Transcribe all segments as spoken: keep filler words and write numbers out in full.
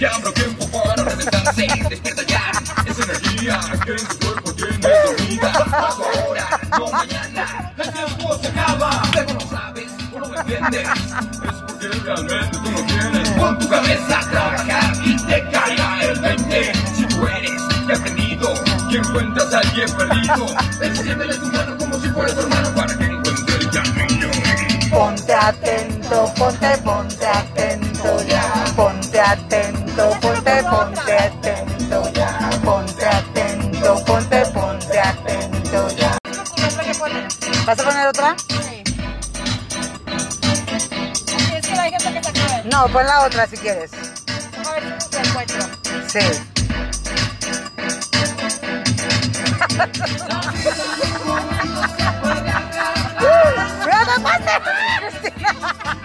Ya habrá tiempo para reventarse. Despierta ya, esa energía que en tu cuerpo tiene dormida. Paso ahora, no mañana. El tiempo se acaba, pero no sabes o no me entiendes. Es porque realmente tú no tienes con tu cabeza a trabajar y te caiga el veinte. Si tú eres que aprendido y encuentras a alguien perdido, extiéndele tu mano como si fuera tu hermano para que encuentre el camino. Ponte atento, ponte, ponte atento ya. Ponte atento, ponte, ponte atento ya. Ponte atento, ponte, ponte atento ya. ¿Vas a poner otra? Sí. Es que la hay gente que se acabe. No, pon la otra si quieres. A ver si te encuentro. Sí. ¡Mira, no pasa! Cristina.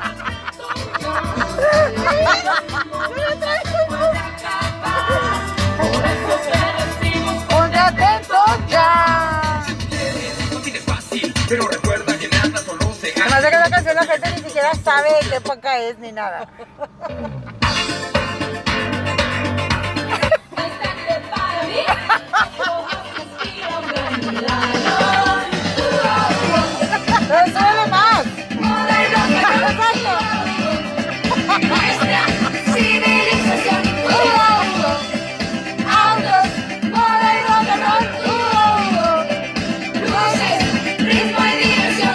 ¡Ponte atento ya! No tienes fácil, pero recuerda que nada solo se Además gana. de que la canción la gente ni siquiera sabe de qué época es ni nada. ¡Pero súbele más! ¡Exacto! Nuestra civilización. Autos, moda y rock and roll. Luces, ritmo y diversión.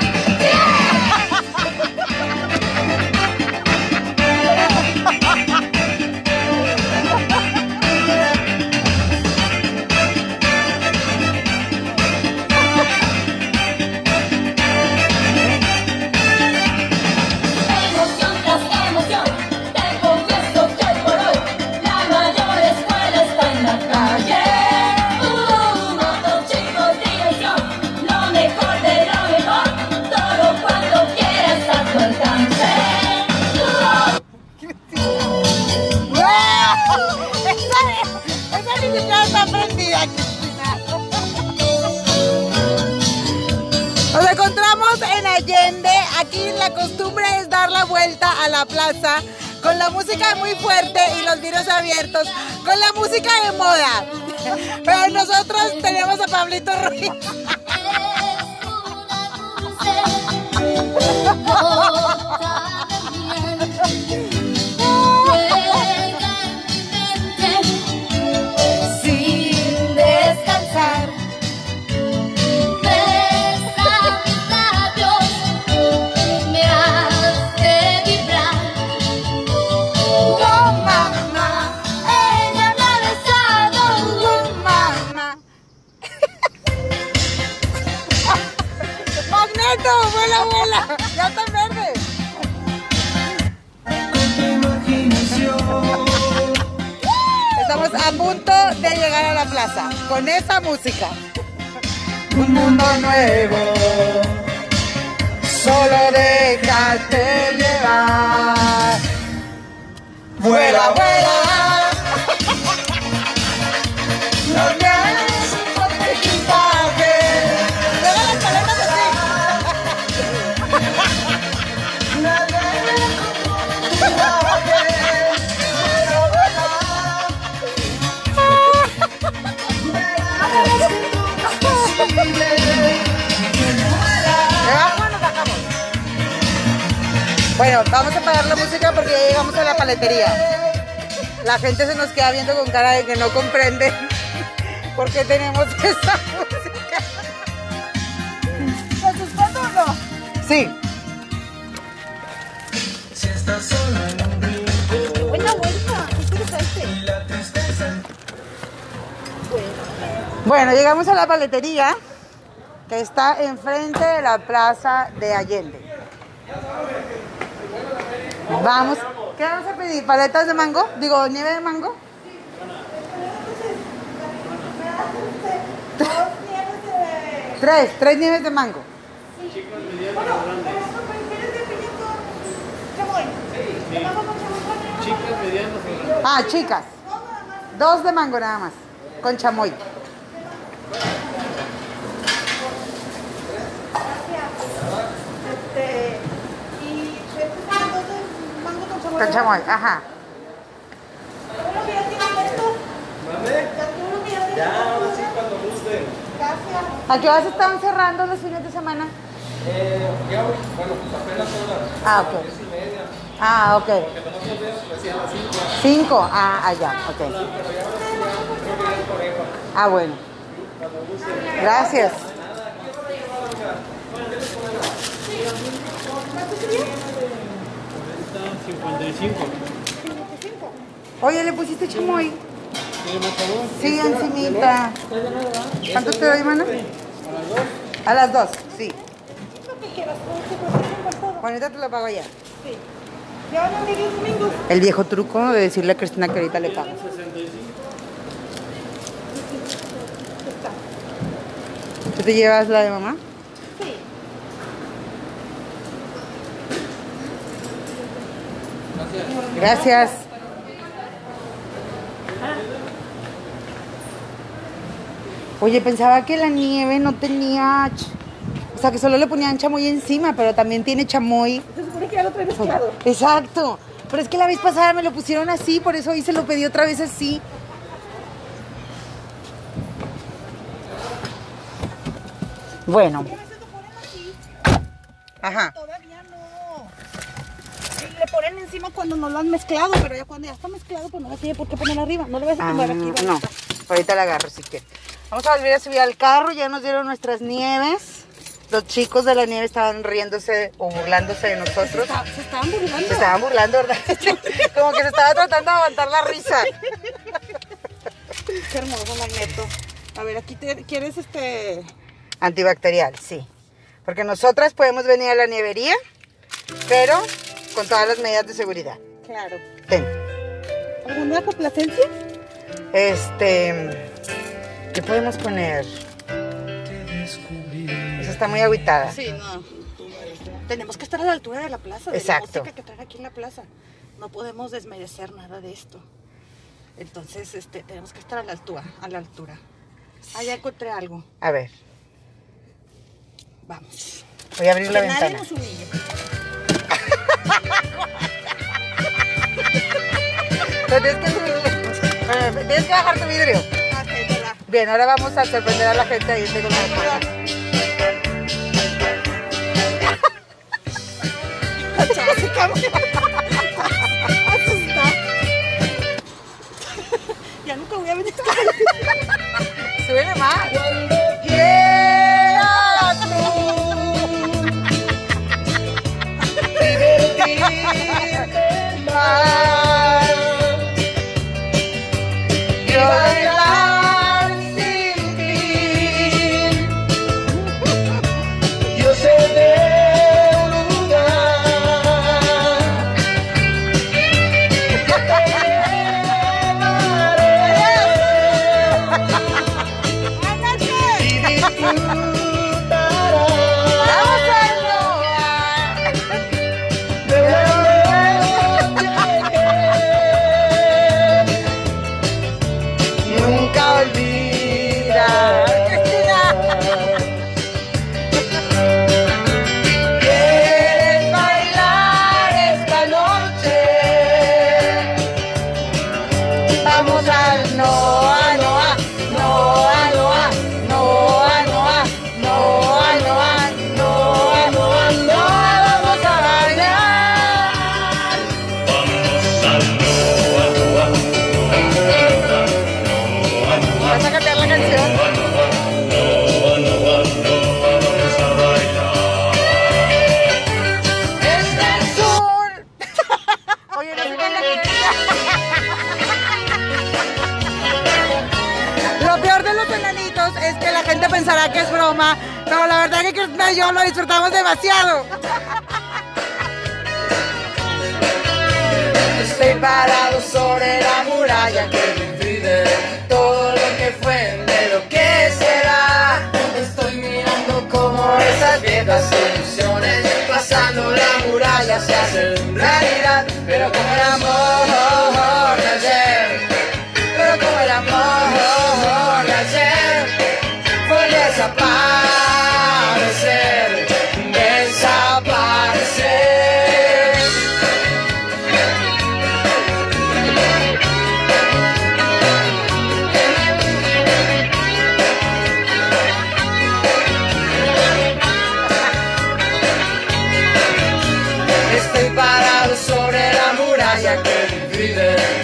Emoción tras emoción. Te confieso que hoy por hoy la mayor escuela está en la calle. Uh, moto, chico, diversión. Lo mejor de lo mejor. Todo cuando quieras a tu alcance. ¡Esa, esa ni siquiera está prendida, Cristina! Nos encontramos en Allende. Aquí la costumbre es dar la vuelta a la plaza con la música muy fuerte y los vinos abiertos, con la música de moda. Pero nosotros tenemos a Pablito Ruiz. Sin descansar, besa mis labios, me hace vibrar. ¡Oh, mamá! Ella me ha besado, ¡Oh, mamá! ¡Magneto! ¡Vuela, vuela! ¡Ya está verde! Estamos a punto de llegar a la plaza con esa música. Un mundo nuevo, solo déjate llevar. ¡Vuela, vuela! No tienes un fuerte equipaje. ¡Pega las paletas Debajo nos bajamos. Bueno, vamos a apagar la música porque ya llegamos a la paletería. La gente se nos queda viendo con cara de que no comprende por qué tenemos esa música. ¿Te asustó o no? Sí. Si estás solo en un rincón, Buena vuelta. ¿Qué interesante? y la tristeza en Bueno, llegamos a la paletería que está enfrente de la plaza de Allende. Vamos. ¿Qué vamos a pedir? ¿Paletas de mango? Digo, ¿nieve de mango? Tres, tres nieves de mango. Ah, chicas. Dos de mango nada más, con chamoy. Y mango con Con chamoy, ajá. ¿A qué horas estaban cerrando los fines de semana? Eh, ya, bueno, pues apenas son las, Ah, las ok. diez y media. Ah, ok. Porque nosotros vemos recién a las cinco. Cinco. Ah, ah, ya, ok. Pero ya ahora sí ya creo que ya es pareja. Ah, bueno. Cuando guste. Gracias. cincuenta y cinco. Oye, ¿le pusiste chamoy? ¿Tiene más sabor? Sí, encimita. ¿Cuánto te doy, mano? A las dos, sí. Lo que quieras, con todo. Bueno, ahorita te lo pago ya. Sí. ¿Ya van a venir los domingos? El viejo truco de decirle a Cristina que ahorita le pago. ¿Tú te llevas la de mamá? Sí. Gracias. Oye, pensaba que la nieve no tenía... ch- O sea, que solo le ponían chamoy encima, pero también tiene chamoy. Se supone que ya lo trae mezclado. Exacto. Pero es que la vez pasada me lo pusieron así, por eso hoy se lo pedí otra vez así. Bueno. Ajá. Todavía no. Sí, le ponen encima cuando no lo han mezclado, pero ya cuando ya está mezclado, pues no le tiene por qué poner arriba. No le vas a Ah, poner aquí. ¿vale? no, ahorita la agarro si quieres. Vamos a volver a subir al carro, ya nos dieron nuestras nieves. Los chicos de la nieve estaban riéndose o burlándose de Se, nosotros. está- se estaban burlando. Se estaban burlando, ¿verdad? Como que se estaba tratando de aguantar la risa. Qué hermoso, Magneto. A ver, aquí te, ¿quieres este...? Antibacterial, sí. Porque nosotras podemos venir a la nievería, pero con todas las medidas de seguridad. Claro. Ten. ¿Alguna complacencia? Este... ¿Qué podemos poner? Esa está muy agüitada. Sí, no. Tenemos que estar a la altura de la plaza, de Exacto. la música que traen aquí en la plaza. No podemos desmerecer nada de esto. Entonces, este, tenemos que estar a la altura, a la altura. Ah, ya encontré algo. A ver, Vamos. voy a abrir la Que nadie ventana. nos humille. Pero tienes que subirle. Bueno, tienes que bajar tu vidrio. Ah, sí, es verdad. Bien, ahora vamos a sorprender a la gente ahí tengo la ventana. La chava se cambió. Asustada. Ya nunca voy a venir. Súbele más. Quieras tú divertirte más y bailar sin fin. Yo sé de un lugar que te llevaré y disfrutarás. ¡Vamos a de una noche que nunca olvidarás. ¿Quieres bailar esta noche? Vamos al Noa, Noa, Noa, Noa, Noa, Noa, Noa, Noa, Noa, Noa, Noa, vamos a bailar. ¿Vas a cantar la canción? Es del sur. Oye, no se me Lo peor de los enanitos es que la gente pensará que es broma, pero la verdad que Cristina y yo lo disfrutamos demasiado. Estoy parado sobre la muralla que divide todo lo que fue de lo que será. Estoy mirando cómo esas viejas ilusiones pasando la muralla se hacen realidad, pero como el amor de ayer, pero como el amor de ayer fue desaparecer, desaparecer.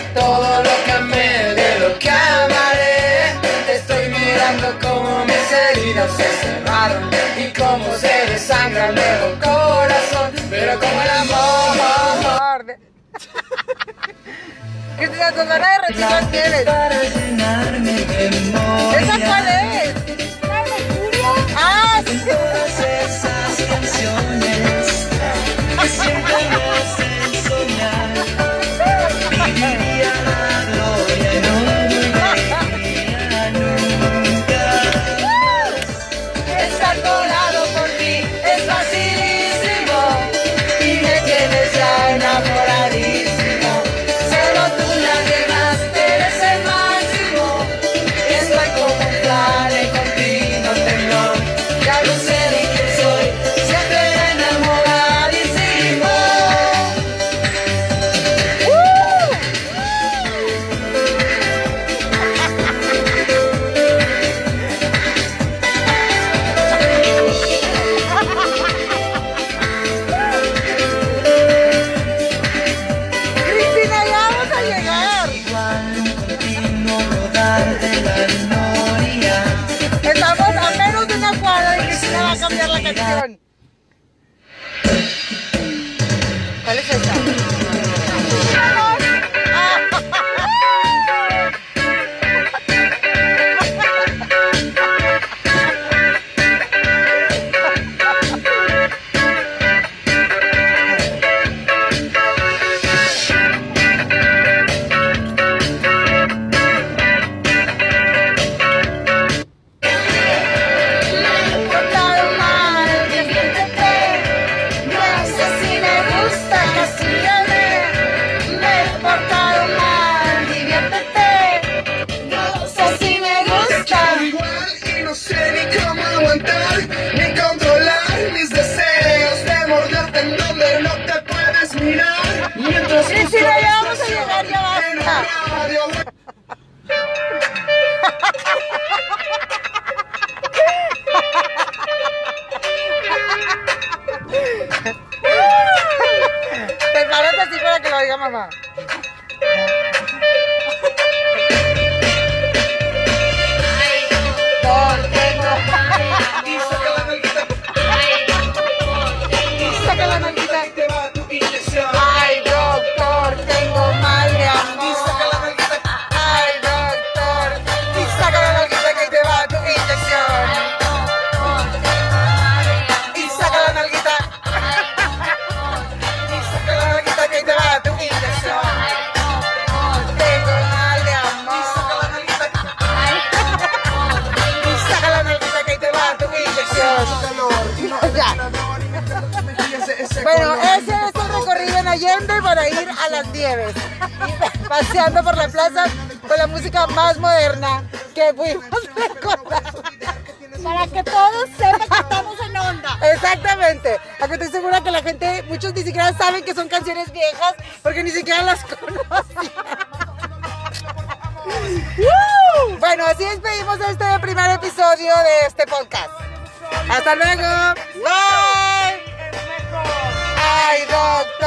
todo lo que amé, de lo que amaré. Te estoy mirando como mis heridas se cerraron y como se desangra el nuevo corazón, pero como el amor. Cristina, con ganas de retirar tienes. ¿Esa cuál es? ¿La Mercurio? Ah, sí. Todas esas canciones que siempre me hacen soñar, viviría la gloria y no volvería nunca. Estar colado por ti es facilísimo y me tienes ya enamoradísimo. Solo tú, nadie más, eres el máximo. Estoy como un plan en continuo temblor. Ya no sé ni quién soy, siempre enamoradísimo. ¡Uh! Cristina, ya vamos a llegar. Igual un continuo rodar de la memoria. Estamos a menos de una cuadra y Cristina va a cambiar la canción. ¿Cuál es esa? Portado mal, diviértete. No sé si me gusta, castígame. Me he portado mal, diviértete. No sé si me gusta. Igual y no sé ni cómo aguantar ni controlar mis deseos de morderte en donde no te puedes mirar. Mientras Cristina, ya vamos a llegar, ya basta. radio. Te paras así para que lo oiga mamá. Doctor, tengo Y saca la nalguita, saca la nalguita. te va tu inyección. Ay, doctor, tengo mal de Y amor. saca la nalguita, Ay, doctor, y saca la nalguita que te va tu inyección. Y saca la nalguita. Y saca la nalguita que te va tu inyección. Tengo mal de amor. Y saca la nalguita que te va tu inyección. Ya. Bueno, ese es el recorrido en Allende para ir a las Nieves. Paseando por la plaza con la música más moderna que pudimos recordar. Para que todos sepan que estamos en onda. Exactamente. Aunque estoy segura que la gente, muchos ni siquiera saben que son canciones viejas porque ni siquiera las conocían. ¡Woo! Bueno, así despedimos este primer episodio de este podcast. Hasta luego. Bye. Ay, doctor.